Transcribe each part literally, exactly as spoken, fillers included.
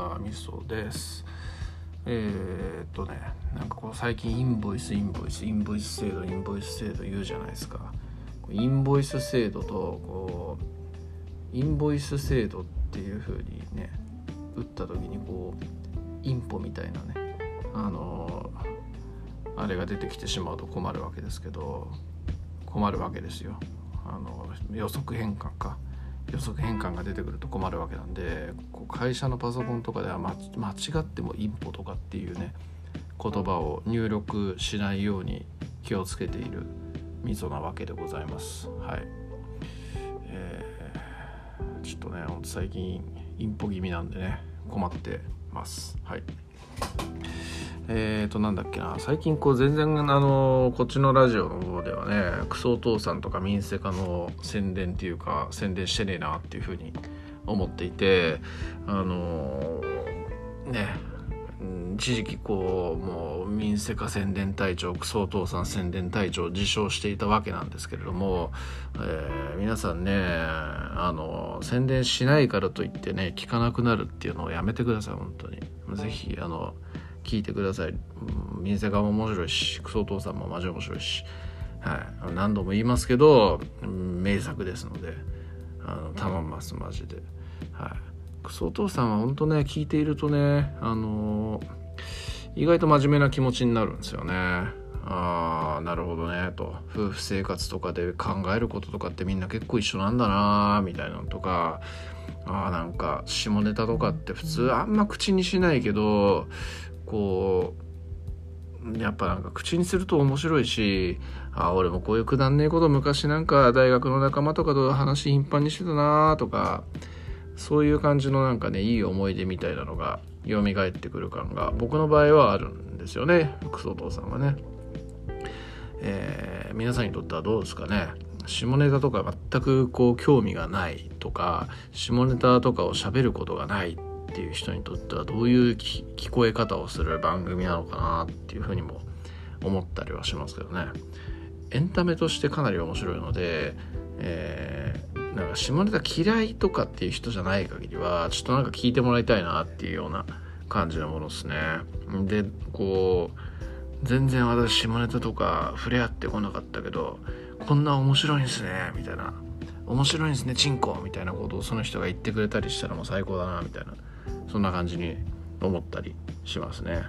た味噌です。えー、っとねなんかこう最近インボイスインボイスインボイス制度インボイス制度言うじゃないですか。インボイス制度とこうインボイス制度っていう風にね打った時にこうインポみたいなねあのあれが出てきてしまうと困るわけですけど困るわけですよ。あの予測変換か予測変換が出てくると困るわけなんで、こう会社のパソコンとかでは間違ってもインポとかっていうね言葉を入力しないように気をつけているみそなわけでございます。はい、えー、ちょっとねほんと最近インポ気味なんでね困ってます。はい。えーとなんだっけな最近こう全然あのこっちのラジオの方ではねクソお父さんとか民生化の宣伝っていうか宣伝してねえなっていうふうに思っていて、あのー、ね一時期こうもう民生化宣伝隊長クソお父さん宣伝隊長を自称していたわけなんですけれども、えー、皆さんねあの宣伝しないからといってね聞かなくなるっていうのをやめてください。本当にぜひあの聞いてください。民生化も面白いしクソお父さんもマジ面白いし、はい、何度も言いますけど名作ですのであの頼みますマジで。はい、クソお父さんは本当ね聞いているとねあのー、意外と真面目な気持ちになるんですよね。ああなるほどねと夫婦生活とかで考えることとかってみんな結構一緒なんだなみたいなのとか、あーなんか下ネタとかって普通あんま口にしないけどこうやっぱなんか口にすると面白いし、あ俺もこういうくだんねえこと昔なんか大学の仲間とかと話頻繁にしてたなとか、そういう感じのなんかねいい思い出みたいなのが蘇ってくる感が僕の場合はあるんですよね。クソお父さんはね、えー、皆さんにとってはどうですかね。下ネタとか全くこう興味がないとか下ネタとかを喋ることがないっていう人にとってはどういう聞こえ方をする番組なのかなっていうふうにも思ったりはしますけどね。エンタメとしてかなり面白いので、えー、なんか下ネタ嫌いとかっていう人じゃない限りはちょっとなんか聞いてもらいたいなっていうような感じのものですね。でこう全然私下ネタとか触れ合ってこなかったけどこんな面白いんですねみたいな、面白いんですねチンコみたいなことをその人が言ってくれたりしたらもう最高だなみたいな、そんな感じに思ったりしますね。はい、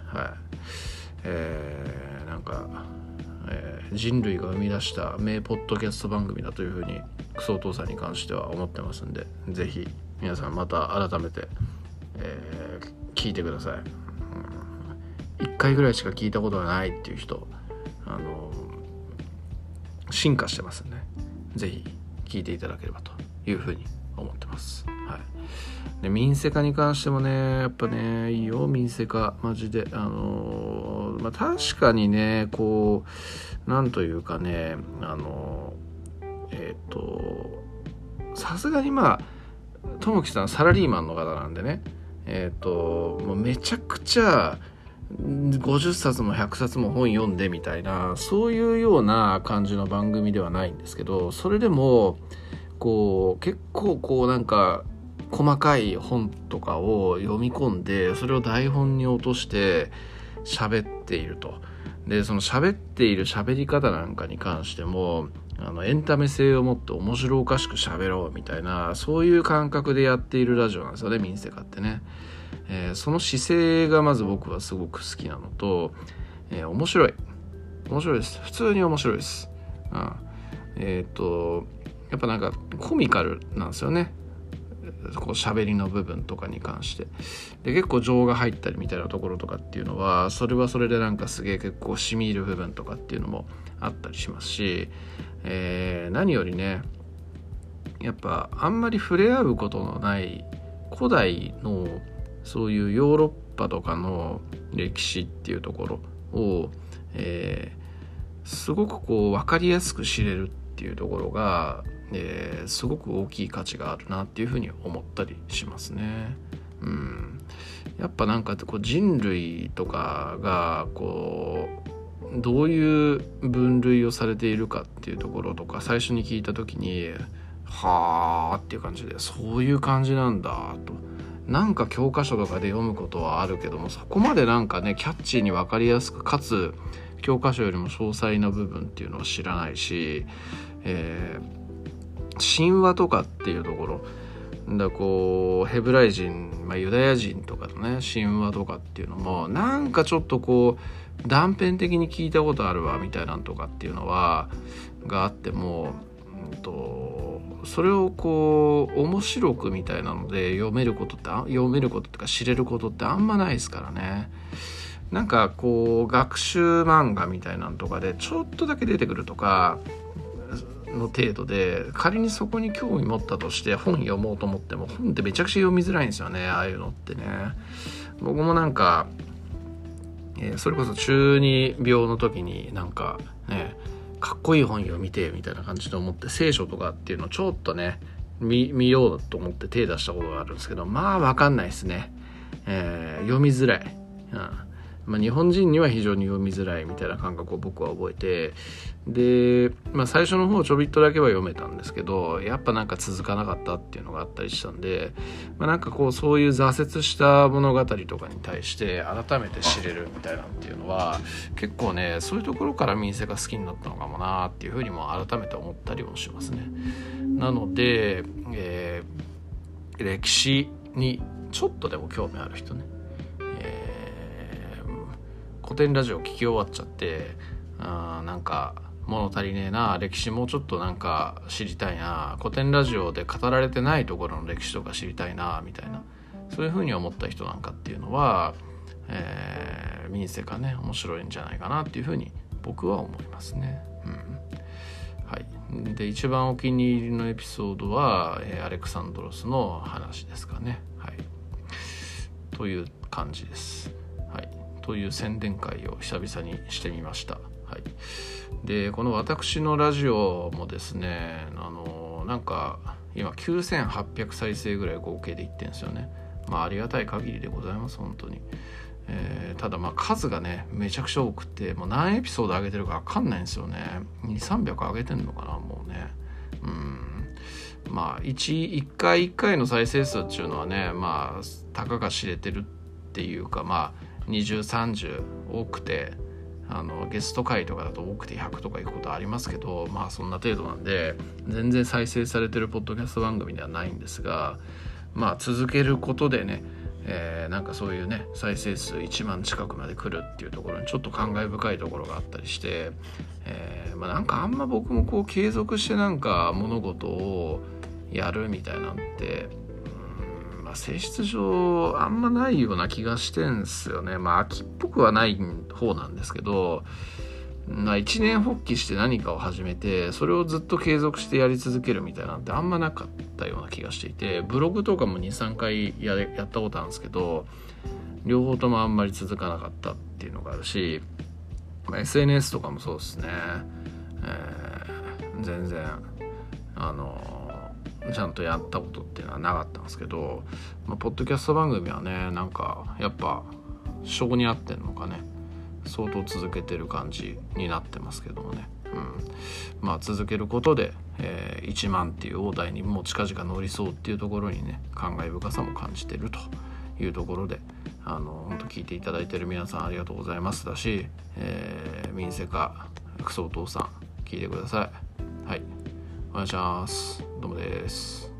えー、なんか、えー、人類が生み出した名ポッドキャスト番組だというふうにクソお父さんに関しては思ってますんで、ぜひ皆さんまた改めて、えー、聞いてください。うん、いっかいぐらいしか聞いたことがないっていう人、あの進化してますんで、ぜひ聞いていただければというふうに思ってます。はい。で民生化に関してもねやっぱねいいよ民生化マジであのー、まあ確かにねこうなんというかねあのー、えっとさすがにまあともきさんサラリーマンの方なんでねえっともうめちゃくちゃごじゅっさつもひゃくさつも本読んでみたいなそういうような感じの番組ではないんですけど、それでもこう結構こうなんか細かい本とかを読み込んでそれを台本に落として喋っていると。でその喋っている喋り方なんかに関してもあのエンタメ性を持って面白おかしく喋ろうみたいなそういう感覚でやっているラジオなんですよね民生化ってね。えー、その姿勢がまず僕はすごく好きなのと、えー、面白い面白いです。普通に面白いです。うん、えっとやっぱなんかコミカルなんですよねこう喋りの部分とかに関して。で結構情が入ったりみたいなところとかっていうのはそれはそれでなんかすげえ結構染み入る部分とかっていうのもあったりしますし、えー、何よりねやっぱあんまり触れ合うことのない古代のそういうヨーロッパとかの歴史っていうところを、えー、すごくこう分かりやすく知れるっていうところが、えー、すごく大きい価値があるなっていうふうに思ったりしますね。うん、やっぱなんかこう人類とかがこうどういう分類をされているかっていうところとか最初に聞いた時にはーっていう感じでそういう感じなんだとなんか教科書とかで読むことはあるけども、そこまでなんかねキャッチーに分かりやすく、かつ教科書よりも詳細な部分っていうのは知らないし、えー、神話とかっていうところだ、こうヘブライ人、まあ、ユダヤ人とかのね神話とかっていうのもなんかちょっとこう断片的に聞いたことあるわみたいなんとかっていうのはがあっても、うんとそれをこう面白くみたいなので読めることって読めることってか知れることってあんまないですからね。なんかこう学習漫画みたいなのとかでちょっとだけ出てくるとかの程度で、仮にそこに興味持ったとして本読もうと思っても本ってめちゃくちゃ読みづらいんですよね、ああいうのってね。僕もなんか、えー、それこそ中二病の時になんかねかっこいい本読みてみたいな感じで思って聖書とかっていうのをちょっとね 見, 見ようと思って手出したことがあるんですけど、まあ分かんないですね、えー、読みづらい、うんまあ、日本人には非常に読みづらいみたいな感覚を僕は覚えて、で、まあ、最初の方ちょびっとだけは読めたんですけど、やっぱなんか続かなかったっていうのがあったりしたんで、まあ、なんかこうそういう挫折した物語とかに対して改めて知れるみたいなっていうのは結構ね、そういうところから民生が好きになったのかもなっていうふうにも改めて思ったりもしますね。なので、えー、歴史にちょっとでも興味ある人ね、古典ラジオ聞き終わっちゃって、あーなんか物足りねえな、歴史もうちょっとなんか知りたいな、古典ラジオで語られてないところの歴史とか知りたいなみたいな、そういう風に思った人なんかっていうのは、えー、民生がね面白いんじゃないかなっていう風に僕は思いますね。うんはい、で一番お気に入りのエピソードは、えー、アレクサンドロスの話ですかね。はい、という感じです。はいという宣伝会を久々にしてみました。はい、でこの私のラジオもですね、あのなんか今きゅうせんはっぴゃく再生ぐらい合計でいってんですよね。まあありがたい限りでございます本当に。えー、ただまあ数がねめちゃくちゃ多くて、もう何エピソード上げてるか分かんないんですよね。にせんさんびゃく上げてんのかなもうね。うんまあ 1, 1回いっかいの再生数っていうのはね、まあたかが知れてるっていうか、まあにじゅう、さんじゅう多くて、あのゲスト回とかだと多くてひゃくとかいくことありますけど、まあそんな程度なんで全然再生されてるポッドキャスト番組ではないんですが、まあ続けることでね、えー、なんかそういうね再生数いちまん近くまで来るっていうところにちょっと感慨深いところがあったりして、えーまあ、なんかあんま僕もこう継続してなんか物事をやるみたいなんて性質上あんまないような気がしてんすよね。まあ秋っぽくはない方なんですけど、まあ、一年発起して何かを始めてそれをずっと継続してやり続けるみたいなんてあんまなかったような気がしていて、ブログとかも にさんかい や, やったことあるんですけど両方ともあんまり続かなかったっていうのがあるし、まあ、エスエヌエス とかもそうですね、えー、全然あのちゃんとやったことっていうのはなかったんですけど、まあ、ポッドキャスト番組はねなんかやっぱ性に合ってんのかね相当続けてる感じになってますけどもね、うん、まあ続けることで、えー、いちまんっていう大台にもう近々乗りそうっていうところにね感慨深さも感じてるというところで、あの本当聞いていただいてる皆さんありがとうございますだし、えー、民生かクソお父さん聞いてください。はいお願いします。どうもです。